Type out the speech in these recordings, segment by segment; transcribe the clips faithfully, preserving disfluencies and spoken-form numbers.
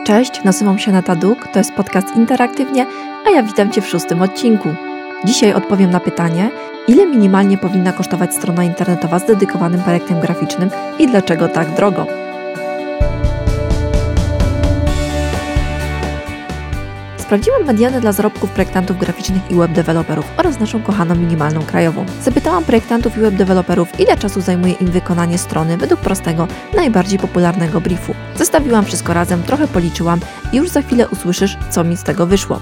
Cześć, nazywam się Nata Duk, to jest podcast Interaktywnie, a ja witam Cię w szóstym odcinku. Dzisiaj odpowiem na pytanie, ile minimalnie powinna kosztować strona internetowa z dedykowanym projektem graficznym i dlaczego tak drogo. Sprawdziłam mediany dla zarobków projektantów graficznych i webdeveloperów oraz naszą kochaną minimalną krajową. Zapytałam projektantów i webdeveloperów, ile czasu zajmuje im wykonanie strony według prostego, najbardziej popularnego briefu. Zestawiłam wszystko razem, trochę policzyłam i już za chwilę usłyszysz, co mi z tego wyszło.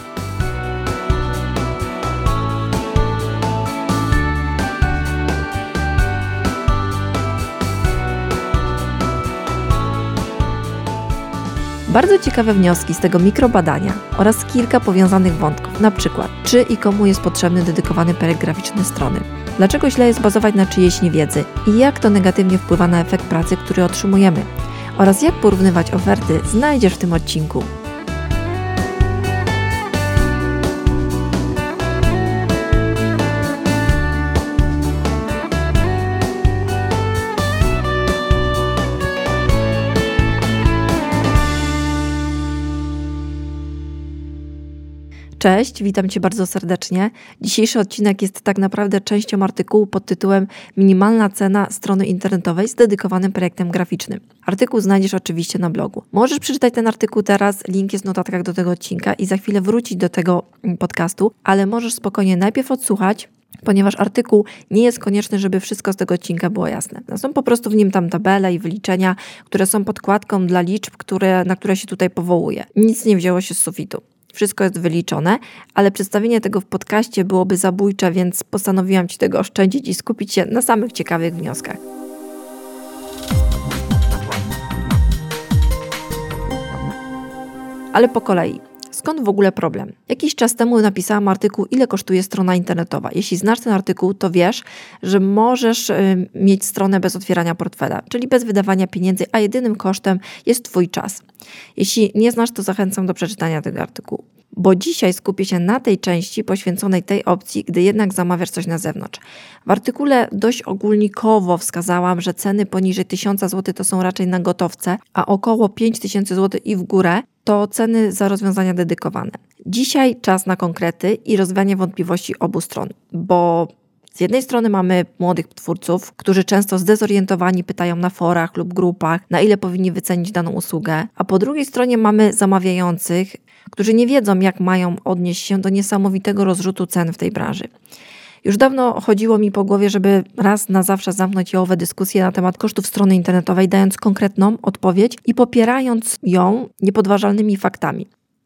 Bardzo ciekawe wnioski z tego mikrobadania oraz kilka powiązanych wątków, na przykład czy i komu jest potrzebny dedykowany projekt graficzny strony, dlaczego źle jest bazować na czyjejś niewiedzy i jak to negatywnie wpływa na efekt pracy, który otrzymujemy oraz jak porównywać oferty, znajdziesz w tym odcinku. Cześć, witam Cię bardzo serdecznie. Dzisiejszy odcinek jest tak naprawdę częścią artykułu pod tytułem Minimalna cena strony internetowej z dedykowanym projektem graficznym. Artykuł znajdziesz oczywiście na blogu. Możesz przeczytać ten artykuł teraz, link jest w notatkach do tego odcinka i za chwilę wrócić do tego podcastu, ale możesz spokojnie najpierw odsłuchać, ponieważ artykuł nie jest konieczny, żeby wszystko z tego odcinka było jasne. Są po prostu w nim tam tabele i wyliczenia, które są podkładką dla liczb, które, na które się tutaj powołuje. Nic nie wzięło się z sufitu. Wszystko jest wyliczone, ale przedstawienie tego w podcaście byłoby zabójcze, więc postanowiłam Ci tego oszczędzić i skupić się na samych ciekawych wnioskach. Ale po kolei. Skąd w ogóle problem? Jakiś czas temu napisałam artykuł, ile kosztuje strona internetowa. Jeśli znasz ten artykuł, to wiesz, że możesz y, mieć stronę bez otwierania portfela, czyli bez wydawania pieniędzy, a jedynym kosztem jest Twój czas. Jeśli nie znasz, to zachęcam do przeczytania tego artykułu. Bo dzisiaj skupię się na tej części poświęconej tej opcji, gdy jednak zamawiasz coś na zewnątrz. W artykule dość ogólnikowo wskazałam, że ceny poniżej tysiąc złotych to są raczej na gotowce, a około pięć tysięcy złotych i w górę to ceny za rozwiązania dedykowane. Dzisiaj czas na konkrety i rozwianie wątpliwości obu stron, bo z jednej strony mamy młodych twórców, którzy często zdezorientowani pytają na forach lub grupach, na ile powinni wycenić daną usługę, a po drugiej stronie mamy zamawiających, którzy nie wiedzą, jak mają odnieść się do niesamowitego rozrzutu cen w tej branży. Już dawno chodziło mi po głowie, żeby raz na zawsze zamknąć jałowe dyskusje na temat kosztów strony internetowej, dając konkretną odpowiedź i popierając ją niepodważalnymi faktami.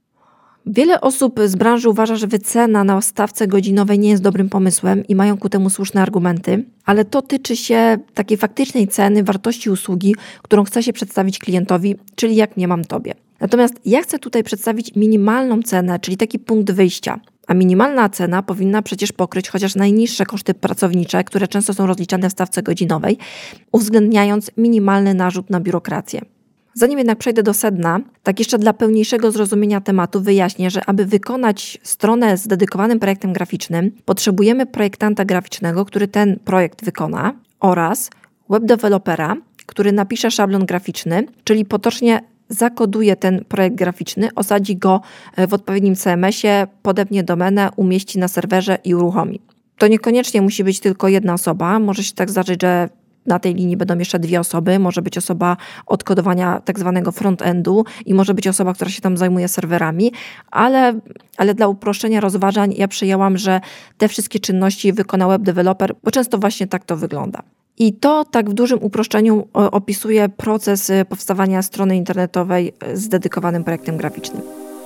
Wiele osób z branży uważa, że wycena na stawce godzinowej nie jest dobrym pomysłem i mają ku temu słuszne argumenty, ale to tyczy się takiej faktycznej ceny, wartości usługi, którą chce się przedstawić klientowi, czyli jak nie mam Tobie. Natomiast ja chcę tutaj przedstawić minimalną cenę, czyli taki punkt wyjścia. A minimalna cena powinna przecież pokryć chociaż najniższe koszty pracownicze, które często są rozliczane w stawce godzinowej, uwzględniając minimalny narzut na biurokrację. Zanim jednak przejdę do sedna, tak jeszcze dla pełniejszego zrozumienia tematu wyjaśnię, że aby wykonać stronę z dedykowanym projektem graficznym, potrzebujemy projektanta graficznego, który ten projekt wykona, oraz webdewelopera, który napisze szablon graficzny, czyli potocznie zakoduje ten projekt graficzny, osadzi go w odpowiednim C M S-ie, podepnie domenę, umieści na serwerze i uruchomi. To niekoniecznie musi być tylko jedna osoba, może się tak zdarzyć, że na tej linii będą jeszcze dwie osoby, może być osoba od kodowania tak zwanego front-endu i może być osoba, która się tam zajmuje serwerami, ale, ale dla uproszczenia rozważań ja przyjęłam, że te wszystkie czynności wykona web developer, bo często właśnie tak to wygląda. I to tak w dużym uproszczeniu opisuje proces powstawania strony internetowej z dedykowanym projektem graficznym.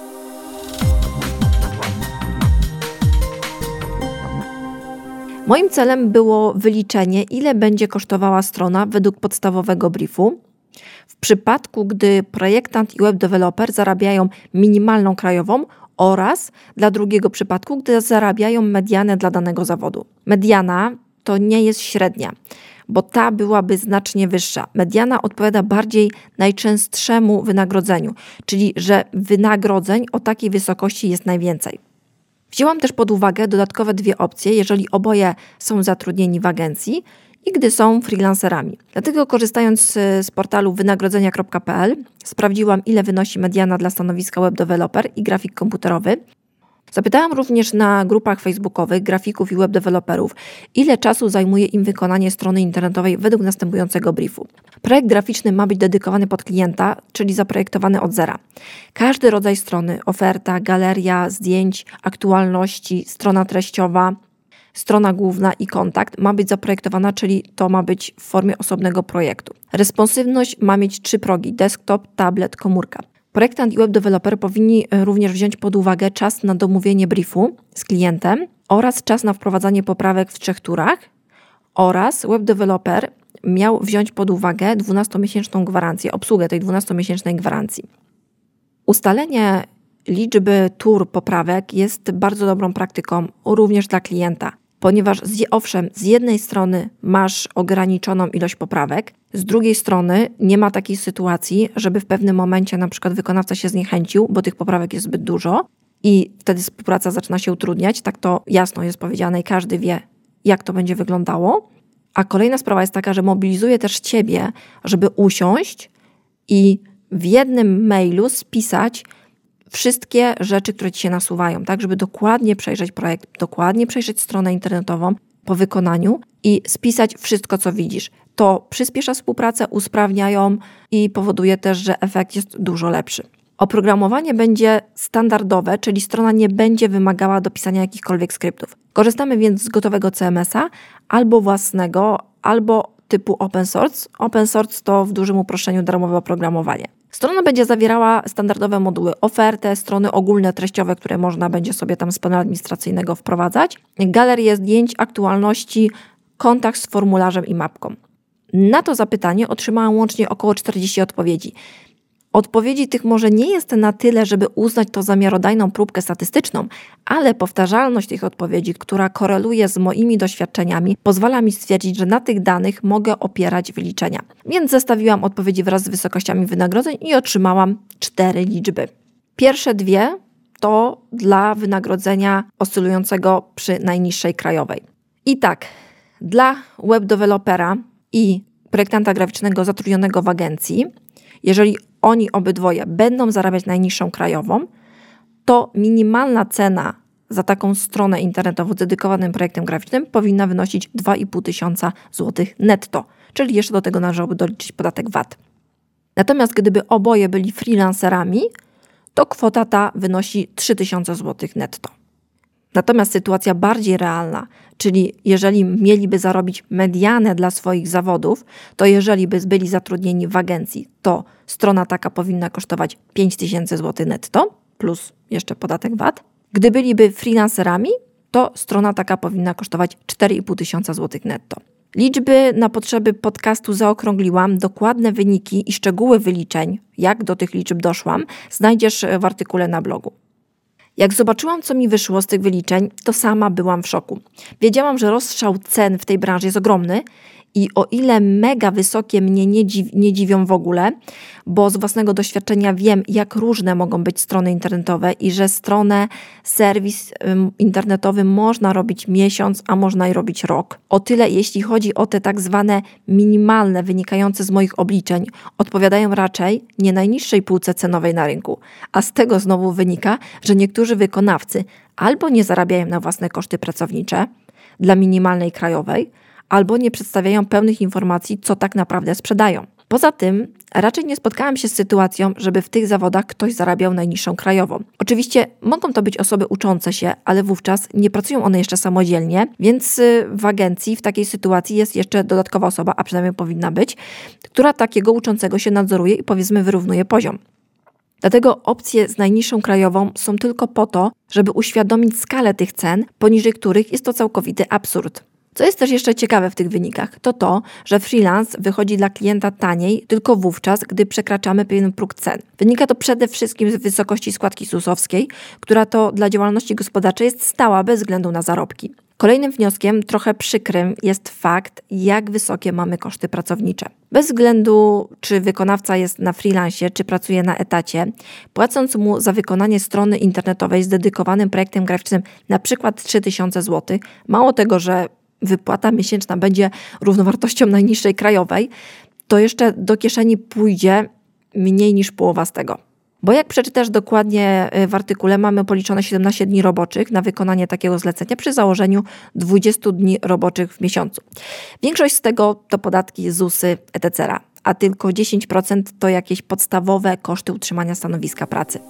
Moim celem było wyliczenie, ile będzie kosztowała strona według podstawowego briefu, w przypadku, gdy projektant i webdeveloper zarabiają minimalną krajową oraz dla drugiego przypadku, gdy zarabiają medianę dla danego zawodu. Mediana to nie jest średnia, bo ta byłaby znacznie wyższa. Mediana odpowiada bardziej najczęstszemu wynagrodzeniu, czyli że wynagrodzeń o takiej wysokości jest najwięcej. Wzięłam też pod uwagę dodatkowe dwie opcje, jeżeli oboje są zatrudnieni w agencji i gdy są freelancerami. Dlatego korzystając z portalu wynagrodzenia kropka p l sprawdziłam, ile wynosi mediana dla stanowiska web developer i grafik komputerowy. Zapytałam również na grupach facebookowych grafików i web developerów, ile czasu zajmuje im wykonanie strony internetowej według następującego briefu. Projekt graficzny ma być dedykowany pod klienta, czyli zaprojektowany od zera. Każdy rodzaj strony, oferta, galeria zdjęć, aktualności, strona treściowa, strona główna i kontakt ma być zaprojektowana, czyli to ma być w formie osobnego projektu. Responsywność ma mieć trzy progi: desktop, tablet, komórka. Projektant i web developer powinni również wziąć pod uwagę czas na domówienie briefu z klientem oraz czas na wprowadzanie poprawek w trzech turach, oraz web developer miał wziąć pod uwagę dwunastomiesięczną gwarancję, obsługę tej dwunastomiesięcznej gwarancji. Ustalenie liczby tur poprawek jest bardzo dobrą praktyką również dla klienta, ponieważ z, owszem, z jednej strony masz ograniczoną ilość poprawek, z drugiej strony nie ma takiej sytuacji, żeby w pewnym momencie na przykład wykonawca się zniechęcił, bo tych poprawek jest zbyt dużo i wtedy współpraca zaczyna się utrudniać. Tak to jasno jest powiedziane i każdy wie, jak to będzie wyglądało. A kolejna sprawa jest taka, że mobilizuje też Ciebie, żeby usiąść i w jednym mailu spisać wszystkie rzeczy, które Ci się nasuwają, tak, żeby dokładnie przejrzeć projekt, dokładnie przejrzeć stronę internetową po wykonaniu i spisać wszystko, co widzisz. To przyspiesza współpracę, usprawnia ją i powoduje też, że efekt jest dużo lepszy. Oprogramowanie będzie standardowe, czyli strona nie będzie wymagała dopisania jakichkolwiek skryptów. Korzystamy więc z gotowego C M S a albo własnego, albo typu open source. Open source to w dużym uproszczeniu darmowe oprogramowanie. Strona będzie zawierała standardowe moduły: ofertę, strony ogólne, treściowe, które można będzie sobie tam z panelu administracyjnego wprowadzać, galerię zdjęć, aktualności, kontakt z formularzem i mapką. Na to zapytanie otrzymałam łącznie około czterdzieści odpowiedzi. Odpowiedzi tych może nie jest na tyle, żeby uznać to za miarodajną próbkę statystyczną, ale powtarzalność tych odpowiedzi, która koreluje z moimi doświadczeniami, pozwala mi stwierdzić, że na tych danych mogę opierać wyliczenia. Więc zestawiłam odpowiedzi wraz z wysokościami wynagrodzeń i otrzymałam cztery liczby. Pierwsze dwie to dla wynagrodzenia oscylującego przy najniższej krajowej. I tak, dla web dewelopera i projektanta graficznego zatrudnionego w agencji, jeżeli oni obydwoje będą zarabiać najniższą krajową, to minimalna cena za taką stronę internetową z dedykowanym projektem graficznym powinna wynosić dwa i pół tysiąca złotych netto, czyli jeszcze do tego należałoby doliczyć podatek V A T. Natomiast gdyby oboje byli freelancerami, to kwota ta wynosi trzy tysiące złotych netto. Natomiast sytuacja bardziej realna, czyli jeżeli mieliby zarobić medianę dla swoich zawodów, to jeżeli by byli zatrudnieni w agencji, to strona taka powinna kosztować pięć tysięcy złotych netto, plus jeszcze podatek V A T. Gdy byliby freelancerami, to strona taka powinna kosztować cztery i pół tysiąca złotych netto. Liczby na potrzeby podcastu zaokrągliłam, dokładne wyniki i szczegóły wyliczeń, jak do tych liczb doszłam, znajdziesz w artykule na blogu. Jak zobaczyłam, co mi wyszło z tych wyliczeń, to sama byłam w szoku. Wiedziałam, że rozstrzał cen w tej branży jest ogromny i o ile mega wysokie mnie nie, dziw- nie dziwią w ogóle, bo z własnego doświadczenia wiem, jak różne mogą być strony internetowe i że stronę, serwis ym, internetowy można robić miesiąc, a można i robić rok. O tyle, jeśli chodzi o te tak zwane minimalne, wynikające z moich obliczeń, odpowiadają raczej nie najniższej półce cenowej na rynku. A z tego znowu wynika, że niektórzy wykonawcy albo nie zarabiają na własne koszty pracownicze dla minimalnej krajowej, albo nie przedstawiają pełnych informacji, co tak naprawdę sprzedają. Poza tym raczej nie spotkałam się z sytuacją, żeby w tych zawodach ktoś zarabiał najniższą krajową. Oczywiście mogą to być osoby uczące się, ale wówczas nie pracują one jeszcze samodzielnie, więc w agencji w takiej sytuacji jest jeszcze dodatkowa osoba, a przynajmniej powinna być, która takiego uczącego się nadzoruje i powiedzmy wyrównuje poziom. Dlatego opcje z najniższą krajową są tylko po to, żeby uświadomić skalę tych cen, poniżej których jest to całkowity absurd. Co jest też jeszcze ciekawe w tych wynikach, to to, że freelance wychodzi dla klienta taniej tylko wówczas, gdy przekraczamy pewien próg cen. Wynika to przede wszystkim z wysokości składki susowskiej, która to dla działalności gospodarczej jest stała bez względu na zarobki. Kolejnym wnioskiem, trochę przykrym, jest fakt, jak wysokie mamy koszty pracownicze. Bez względu, czy wykonawca jest na freelancie, czy pracuje na etacie, płacąc mu za wykonanie strony internetowej z dedykowanym projektem graficznym na przykład trzy tysiące złotych, mało tego, że wypłata miesięczna będzie równowartością najniższej krajowej, to jeszcze do kieszeni pójdzie mniej niż połowa z tego. Bo jak przeczytasz dokładnie w artykule, mamy policzone siedemnaście dni roboczych na wykonanie takiego zlecenia przy założeniu dwadzieścia dni roboczych w miesiącu. Większość z tego to podatki, zusy, et cetera, a tylko dziesięć procent to jakieś podstawowe koszty utrzymania stanowiska pracy.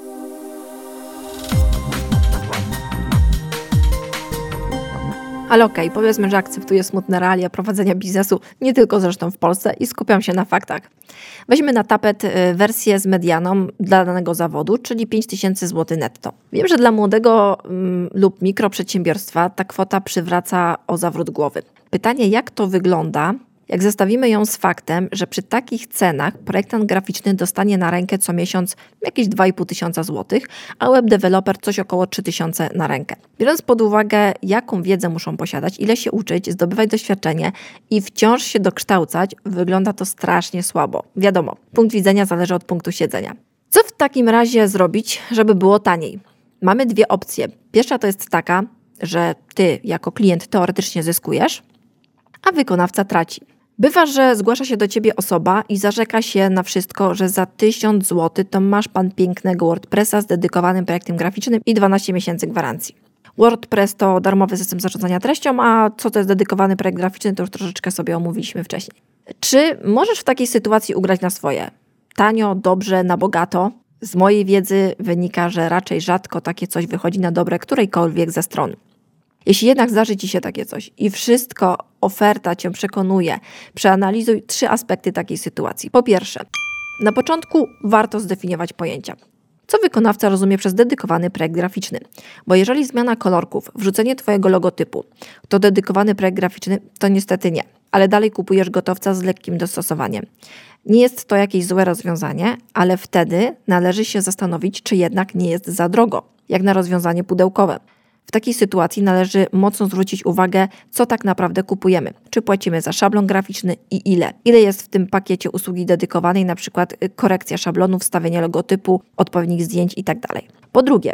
Ale okej, okay, powiedzmy, że akceptuję smutne realia prowadzenia biznesu, nie tylko zresztą w Polsce i skupiam się na faktach. Weźmy na tapet wersję z medianą dla danego zawodu, czyli pięć tysięcy złotych netto. Wiem, że dla młodego mm, lub mikroprzedsiębiorstwa ta kwota przywraca o zawrót głowy. Pytanie, jak to wygląda, jak zestawimy ją z faktem, że przy takich cenach projektant graficzny dostanie na rękę co miesiąc jakieś dwa i pół tysiąca złotych, a web developer coś około trzy tysiące na rękę. Biorąc pod uwagę, jaką wiedzę muszą posiadać, ile się uczyć, zdobywać doświadczenie i wciąż się dokształcać, wygląda to strasznie słabo. Wiadomo, punkt widzenia zależy od punktu siedzenia. Co w takim razie zrobić, żeby było taniej? Mamy dwie opcje. Pierwsza to jest taka, że ty jako klient teoretycznie zyskujesz, a wykonawca traci. Bywa, że zgłasza się do ciebie osoba i zarzeka się na wszystko, że za tysiąc złotych to masz pan pięknego WordPressa z dedykowanym projektem graficznym i dwanaście miesięcy gwarancji. WordPress to darmowy system zarządzania treścią, a co to jest dedykowany projekt graficzny, to już troszeczkę sobie omówiliśmy wcześniej. Czy możesz w takiej sytuacji ugrać na swoje? Tanio, dobrze, na bogato? Z mojej wiedzy wynika, że raczej rzadko takie coś wychodzi na dobre którejkolwiek ze stron. Jeśli jednak zdarzy ci się takie coś i wszystko oferta cię przekonuje, przeanalizuj trzy aspekty takiej sytuacji. Po pierwsze, na początku warto zdefiniować pojęcia. Co wykonawca rozumie przez dedykowany projekt graficzny? Bo jeżeli zmiana kolorków, wrzucenie twojego logotypu to dedykowany projekt graficzny, to niestety nie. Ale dalej kupujesz gotowca z lekkim dostosowaniem. Nie jest to jakieś złe rozwiązanie, ale wtedy należy się zastanowić, czy jednak nie jest za drogo, jak na rozwiązanie pudełkowe. W takiej sytuacji należy mocno zwrócić uwagę, co tak naprawdę kupujemy. Czy płacimy za szablon graficzny i ile? Ile jest w tym pakiecie usługi dedykowanej, na przykład korekcja szablonu, wstawienie logotypu, odpowiednich zdjęć itd. Po drugie,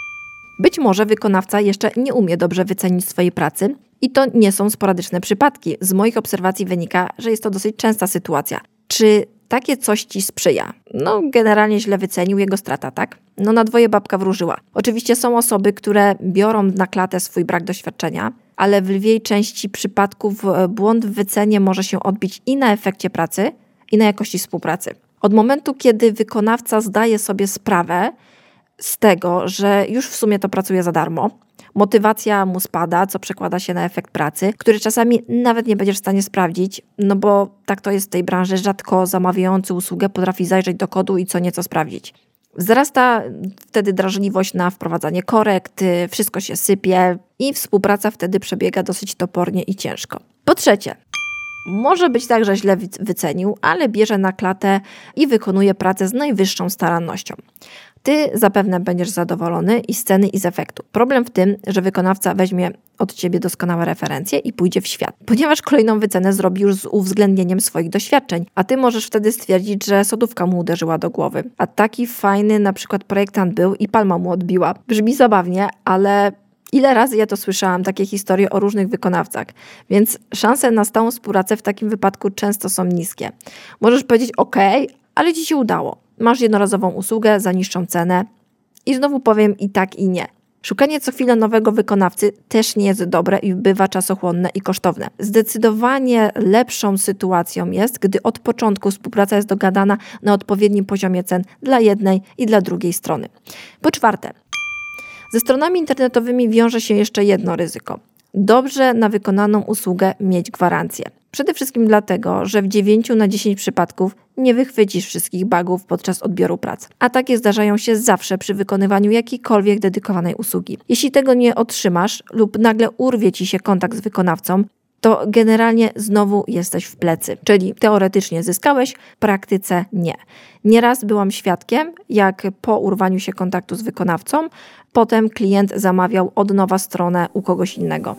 być może wykonawca jeszcze nie umie dobrze wycenić swojej pracy i to nie są sporadyczne przypadki. Z moich obserwacji wynika, że jest to dosyć częsta sytuacja. Czy takie coś ci sprzyja? No, generalnie źle wycenił, jego strata, tak? No, na dwoje babka wróżyła. Oczywiście są osoby, które biorą na klatę swój brak doświadczenia, ale w lwiej części przypadków błąd w wycenie może się odbić i na efekcie pracy, i na jakości współpracy. Od momentu, kiedy wykonawca zdaje sobie sprawę z tego, że już w sumie to pracuje za darmo, motywacja mu spada, co przekłada się na efekt pracy, który czasami nawet nie będziesz w stanie sprawdzić, no bo tak to jest w tej branży, rzadko zamawiający usługę potrafi zajrzeć do kodu i co nieco sprawdzić. Wzrasta wtedy drażliwość na wprowadzanie korekt, wszystko się sypie i współpraca wtedy przebiega dosyć topornie i ciężko. Po trzecie, może być tak, że źle wycenił, ale bierze na klatę i wykonuje pracę z najwyższą starannością. Ty zapewne będziesz zadowolony i z ceny, i z efektu. Problem w tym, że wykonawca weźmie od ciebie doskonałe referencje i pójdzie w świat, ponieważ kolejną wycenę zrobi już z uwzględnieniem swoich doświadczeń, a ty możesz wtedy stwierdzić, że sodówka mu uderzyła do głowy. A taki fajny na przykład projektant był i palma mu odbiła. Brzmi zabawnie, ale ile razy ja to słyszałam, takie historie o różnych wykonawcach, więc szanse na stałą współpracę w takim wypadku często są niskie. Możesz powiedzieć, ok, ale ci się udało. Masz jednorazową usługę za niższą cenę i znowu powiem i tak i nie. Szukanie co chwilę nowego wykonawcy też nie jest dobre i bywa czasochłonne i kosztowne. Zdecydowanie lepszą sytuacją jest, gdy od początku współpraca jest dogadana na odpowiednim poziomie cen dla jednej i dla drugiej strony. Po czwarte, ze stronami internetowymi wiąże się jeszcze jedno ryzyko. Dobrze na wykonaną usługę mieć gwarancję. Przede wszystkim dlatego, że w dziewięć na dziesięć przypadków nie wychwycisz wszystkich bugów podczas odbioru pracy. A takie zdarzają się zawsze przy wykonywaniu jakiejkolwiek dedykowanej usługi. Jeśli tego nie otrzymasz lub nagle urwie ci się kontakt z wykonawcą, to generalnie znowu jesteś w plecy. Czyli teoretycznie zyskałeś, w praktyce nie. Nieraz byłam świadkiem, jak po urwaniu się kontaktu z wykonawcą, potem klient zamawiał od nowa stronę u kogoś innego.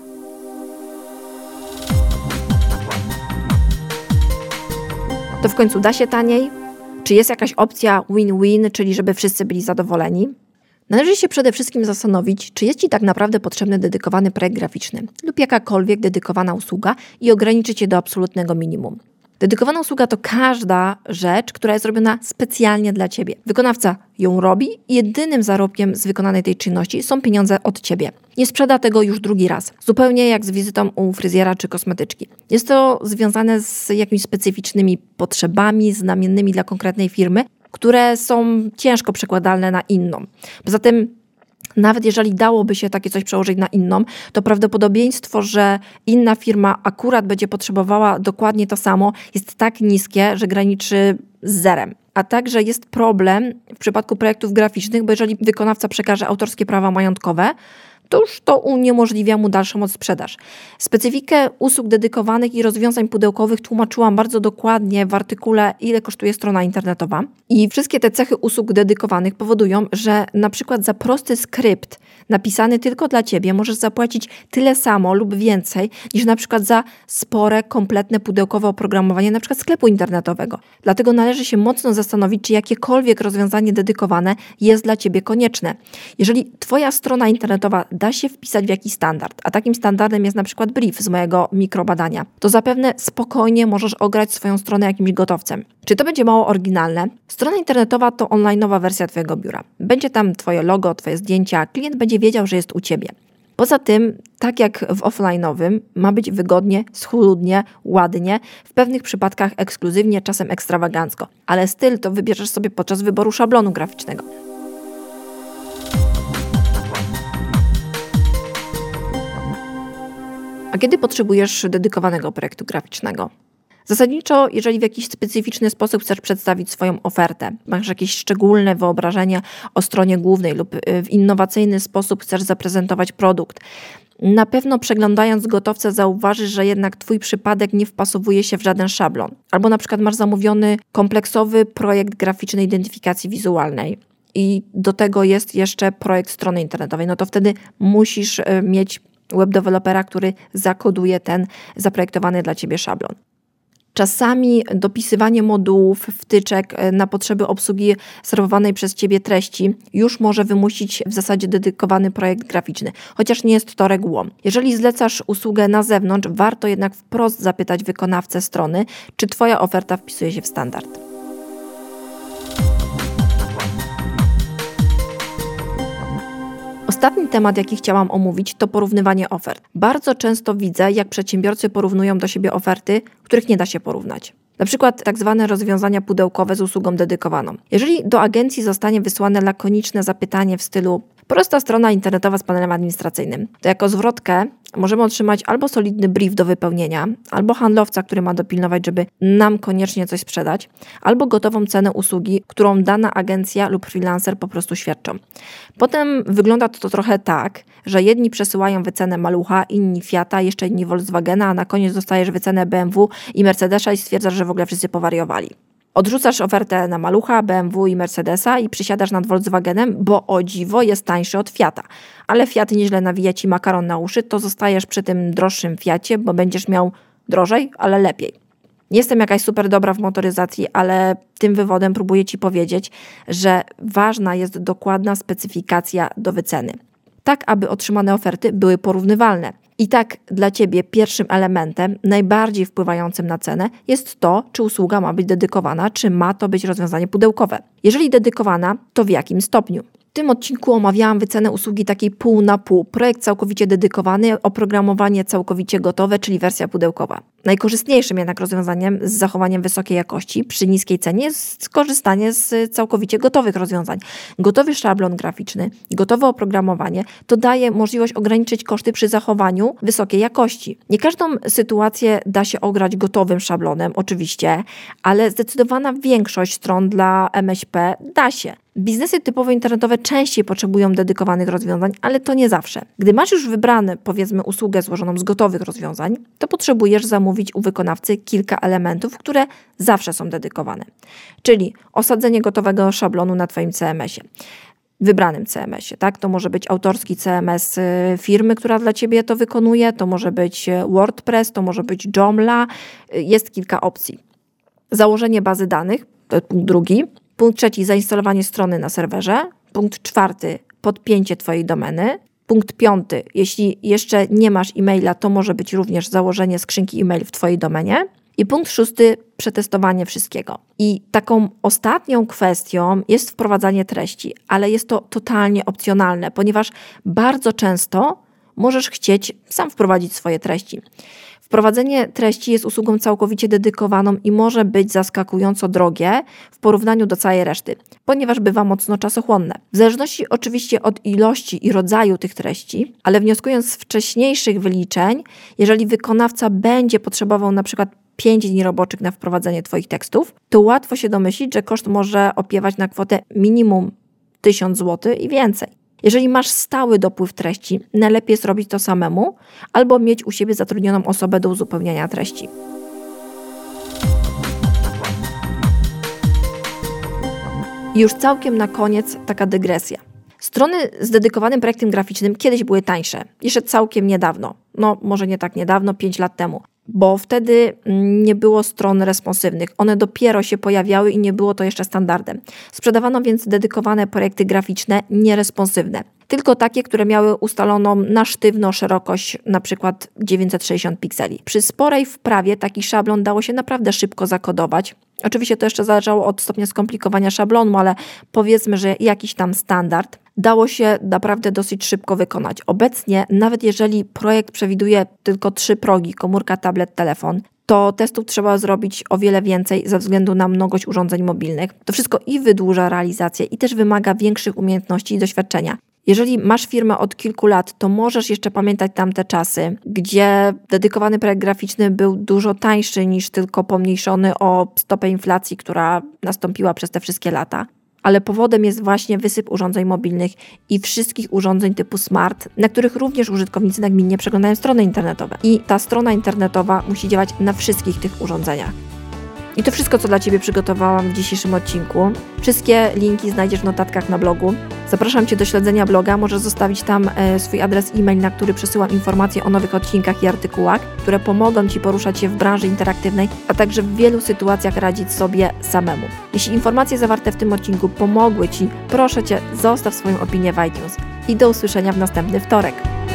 To w końcu da się taniej? Czy jest jakaś opcja win-win, czyli żeby wszyscy byli zadowoleni? Należy się przede wszystkim zastanowić, czy jest Ci tak naprawdę potrzebny dedykowany projekt graficzny lub jakakolwiek dedykowana usługa i ograniczyć je do absolutnego minimum. Dedykowana usługa to każda rzecz, która jest robiona specjalnie dla Ciebie. Wykonawca ją robi i jedynym zarobkiem z wykonanej tej czynności są pieniądze od Ciebie. Nie sprzeda tego już drugi raz. Zupełnie jak z wizytą u fryzjera czy kosmetyczki. Jest to związane z jakimiś specyficznymi potrzebami, znamiennymi dla konkretnej firmy, które są ciężko przekładalne na inną. Poza tym nawet jeżeli dałoby się takie coś przełożyć na inną, to prawdopodobieństwo, że inna firma akurat będzie potrzebowała dokładnie to samo, jest tak niskie, że graniczy z zerem. A także jest problem w przypadku projektów graficznych, bo jeżeli wykonawca przekaże autorskie prawa majątkowe, to już to uniemożliwia mu dalszą odsprzedaż. Specyfikę usług dedykowanych i rozwiązań pudełkowych tłumaczyłam bardzo dokładnie w artykule Ile kosztuje strona internetowa. I wszystkie te cechy usług dedykowanych powodują, że na przykład za prosty skrypt napisany tylko dla Ciebie możesz zapłacić tyle samo lub więcej niż na przykład za spore, kompletne pudełkowe oprogramowanie na przykład sklepu internetowego. Dlatego należy się mocno zastanowić, czy jakiekolwiek rozwiązanie dedykowane jest dla Ciebie konieczne. Jeżeli Twoja strona internetowa da się wpisać w jakiś standard, a takim standardem jest na przykład brief z mojego mikrobadania, to zapewne spokojnie możesz ograć swoją stronę jakimś gotowcem. Czy to będzie mało oryginalne? Strona internetowa to online'owa wersja Twojego biura. Będzie tam Twoje logo, Twoje zdjęcia, klient będzie wiedział, że jest u Ciebie. Poza tym, tak jak w offline'owym, ma być wygodnie, schludnie, ładnie, w pewnych przypadkach ekskluzywnie, czasem ekstrawagancko. Ale styl to wybierzesz sobie podczas wyboru szablonu graficznego. A kiedy potrzebujesz dedykowanego projektu graficznego? Zasadniczo, jeżeli w jakiś specyficzny sposób chcesz przedstawić swoją ofertę, masz jakieś szczególne wyobrażenie o stronie głównej lub w innowacyjny sposób chcesz zaprezentować produkt, na pewno przeglądając gotowce zauważysz, że jednak Twój przypadek nie wpasowuje się w żaden szablon. Albo na przykład masz zamówiony kompleksowy projekt graficznej identyfikacji wizualnej i do tego jest jeszcze projekt strony internetowej, no to wtedy musisz mieć webdewelopera, który zakoduje ten zaprojektowany dla Ciebie szablon. Czasami dopisywanie modułów, wtyczek na potrzeby obsługi serwowanej przez Ciebie treści już może wymusić w zasadzie dedykowany projekt graficzny, chociaż nie jest to regułą. Jeżeli zlecasz usługę na zewnątrz, warto jednak wprost zapytać wykonawcę strony, czy Twoja oferta wpisuje się w standard. Ostatni temat, jaki chciałam omówić, to porównywanie ofert. Bardzo często widzę, jak przedsiębiorcy porównują do siebie oferty, których nie da się porównać. Na przykład tak zwane rozwiązania pudełkowe z usługą dedykowaną. Jeżeli do agencji zostanie wysłane lakoniczne zapytanie w stylu prosta strona internetowa z panelem administracyjnym, to jako zwrotkę możemy otrzymać albo solidny brief do wypełnienia, albo handlowca, który ma dopilnować, żeby nam koniecznie coś sprzedać, albo gotową cenę usługi, którą dana agencja lub freelancer po prostu świadczą. Potem wygląda to trochę tak, że jedni przesyłają wycenę Malucha, inni Fiata, jeszcze inni Volkswagena, a na koniec dostajesz wycenę B M W i Mercedesa i stwierdzasz, że w ogóle wszyscy powariowali. Odrzucasz ofertę na Malucha, B M W i Mercedesa i przysiadasz nad Volkswagenem, bo o dziwo jest tańszy od Fiata. Ale Fiat nieźle nawija Ci makaron na uszy, to zostajesz przy tym droższym Fiacie, bo będziesz miał drożej, ale lepiej. Nie jestem jakaś super dobra w motoryzacji, ale tym wywodem próbuję Ci powiedzieć, że ważna jest dokładna specyfikacja do wyceny. Tak, aby otrzymane oferty były porównywalne. I tak dla Ciebie pierwszym elementem, najbardziej wpływającym na cenę jest to, czy usługa ma być dedykowana, czy ma to być rozwiązanie pudełkowe. Jeżeli dedykowana, to w jakim stopniu? W tym odcinku omawiałam wycenę usługi takiej pół na pół. Projekt całkowicie dedykowany, oprogramowanie całkowicie gotowe, czyli wersja pudełkowa. Najkorzystniejszym jednak rozwiązaniem z zachowaniem wysokiej jakości przy niskiej cenie jest skorzystanie z całkowicie gotowych rozwiązań. Gotowy szablon graficzny, gotowe oprogramowanie to daje możliwość ograniczyć koszty przy zachowaniu wysokiej jakości. Nie każdą sytuację da się ograć gotowym szablonem, oczywiście, ale zdecydowana większość stron dla M S P da się. Biznesy typowo internetowe częściej potrzebują dedykowanych rozwiązań, ale to nie zawsze. Gdy masz już wybrane, powiedzmy, usługę złożoną z gotowych rozwiązań, to potrzebujesz zamówić u wykonawcy kilka elementów, które zawsze są dedykowane. Czyli osadzenie gotowego szablonu na Twoim C M S-ie. Wybranym C M S-ie, tak? To może być autorski C M S firmy, która dla Ciebie to wykonuje, to może być WordPress, to może być Joomla, jest kilka opcji. Założenie bazy danych, to punkt drugi. Punkt trzeci, zainstalowanie strony na serwerze. Punkt czwarty, podpięcie Twojej domeny. Punkt piąty, jeśli jeszcze nie masz e-maila, to może być również założenie skrzynki e-mail w Twojej domenie. I punkt szósty, przetestowanie wszystkiego. I taką ostatnią kwestią jest wprowadzanie treści, ale jest to totalnie opcjonalne, ponieważ bardzo często możesz chcieć sam wprowadzić swoje treści. Wprowadzenie treści jest usługą całkowicie dedykowaną i może być zaskakująco drogie w porównaniu do całej reszty, ponieważ bywa mocno czasochłonne. W zależności oczywiście od ilości i rodzaju tych treści, ale wnioskując z wcześniejszych wyliczeń, jeżeli wykonawca będzie potrzebował na przykład pięć dni roboczych na wprowadzenie Twoich tekstów, to łatwo się domyślić, że koszt może opiewać na kwotę minimum tysiąc złotych i więcej. Jeżeli masz stały dopływ treści, najlepiej jest robić to samemu albo mieć u siebie zatrudnioną osobę do uzupełniania treści. I już całkiem na koniec taka dygresja. Strony z dedykowanym projektem graficznym kiedyś były tańsze, jeszcze całkiem niedawno, no może nie tak niedawno, pięć lat temu, bo wtedy nie było stron responsywnych. One dopiero się pojawiały i nie było to jeszcze standardem. Sprzedawano więc dedykowane projekty graficzne nieresponsywne. Tylko takie, które miały ustaloną na sztywno szerokość na przykład dziewięćset sześćdziesiąt pikseli. Przy sporej wprawie taki szablon dało się naprawdę szybko zakodować. Oczywiście to jeszcze zależało od stopnia skomplikowania szablonu, ale powiedzmy, że jakiś tam standard dało się naprawdę dosyć szybko wykonać. Obecnie, nawet jeżeli projekt przewiduje tylko trzy progi, komórka, tablet, telefon, to testów trzeba zrobić o wiele więcej ze względu na mnogość urządzeń mobilnych. To wszystko i wydłuża realizację i też wymaga większych umiejętności i doświadczenia. Jeżeli masz firmę od kilku lat, to możesz jeszcze pamiętać tamte czasy, gdzie dedykowany projekt graficzny był dużo tańszy niż tylko pomniejszony o stopę inflacji, która nastąpiła przez te wszystkie lata. Ale powodem jest właśnie wysyp urządzeń mobilnych i wszystkich urządzeń typu smart, na których również użytkownicy nagminnie przeglądają strony internetowe. I ta strona internetowa musi działać na wszystkich tych urządzeniach. I to wszystko, co dla Ciebie przygotowałam w dzisiejszym odcinku. Wszystkie linki znajdziesz w notatkach na blogu. Zapraszam Cię do śledzenia bloga. Możesz zostawić tam e, swój adres e-mail, na który przesyłam informacje o nowych odcinkach i artykułach, które pomogą Ci poruszać się w branży interaktywnej, a także w wielu sytuacjach radzić sobie samemu. Jeśli informacje zawarte w tym odcinku pomogły Ci, proszę Cię, zostaw swoją opinię w iTunes. I do usłyszenia w następny wtorek.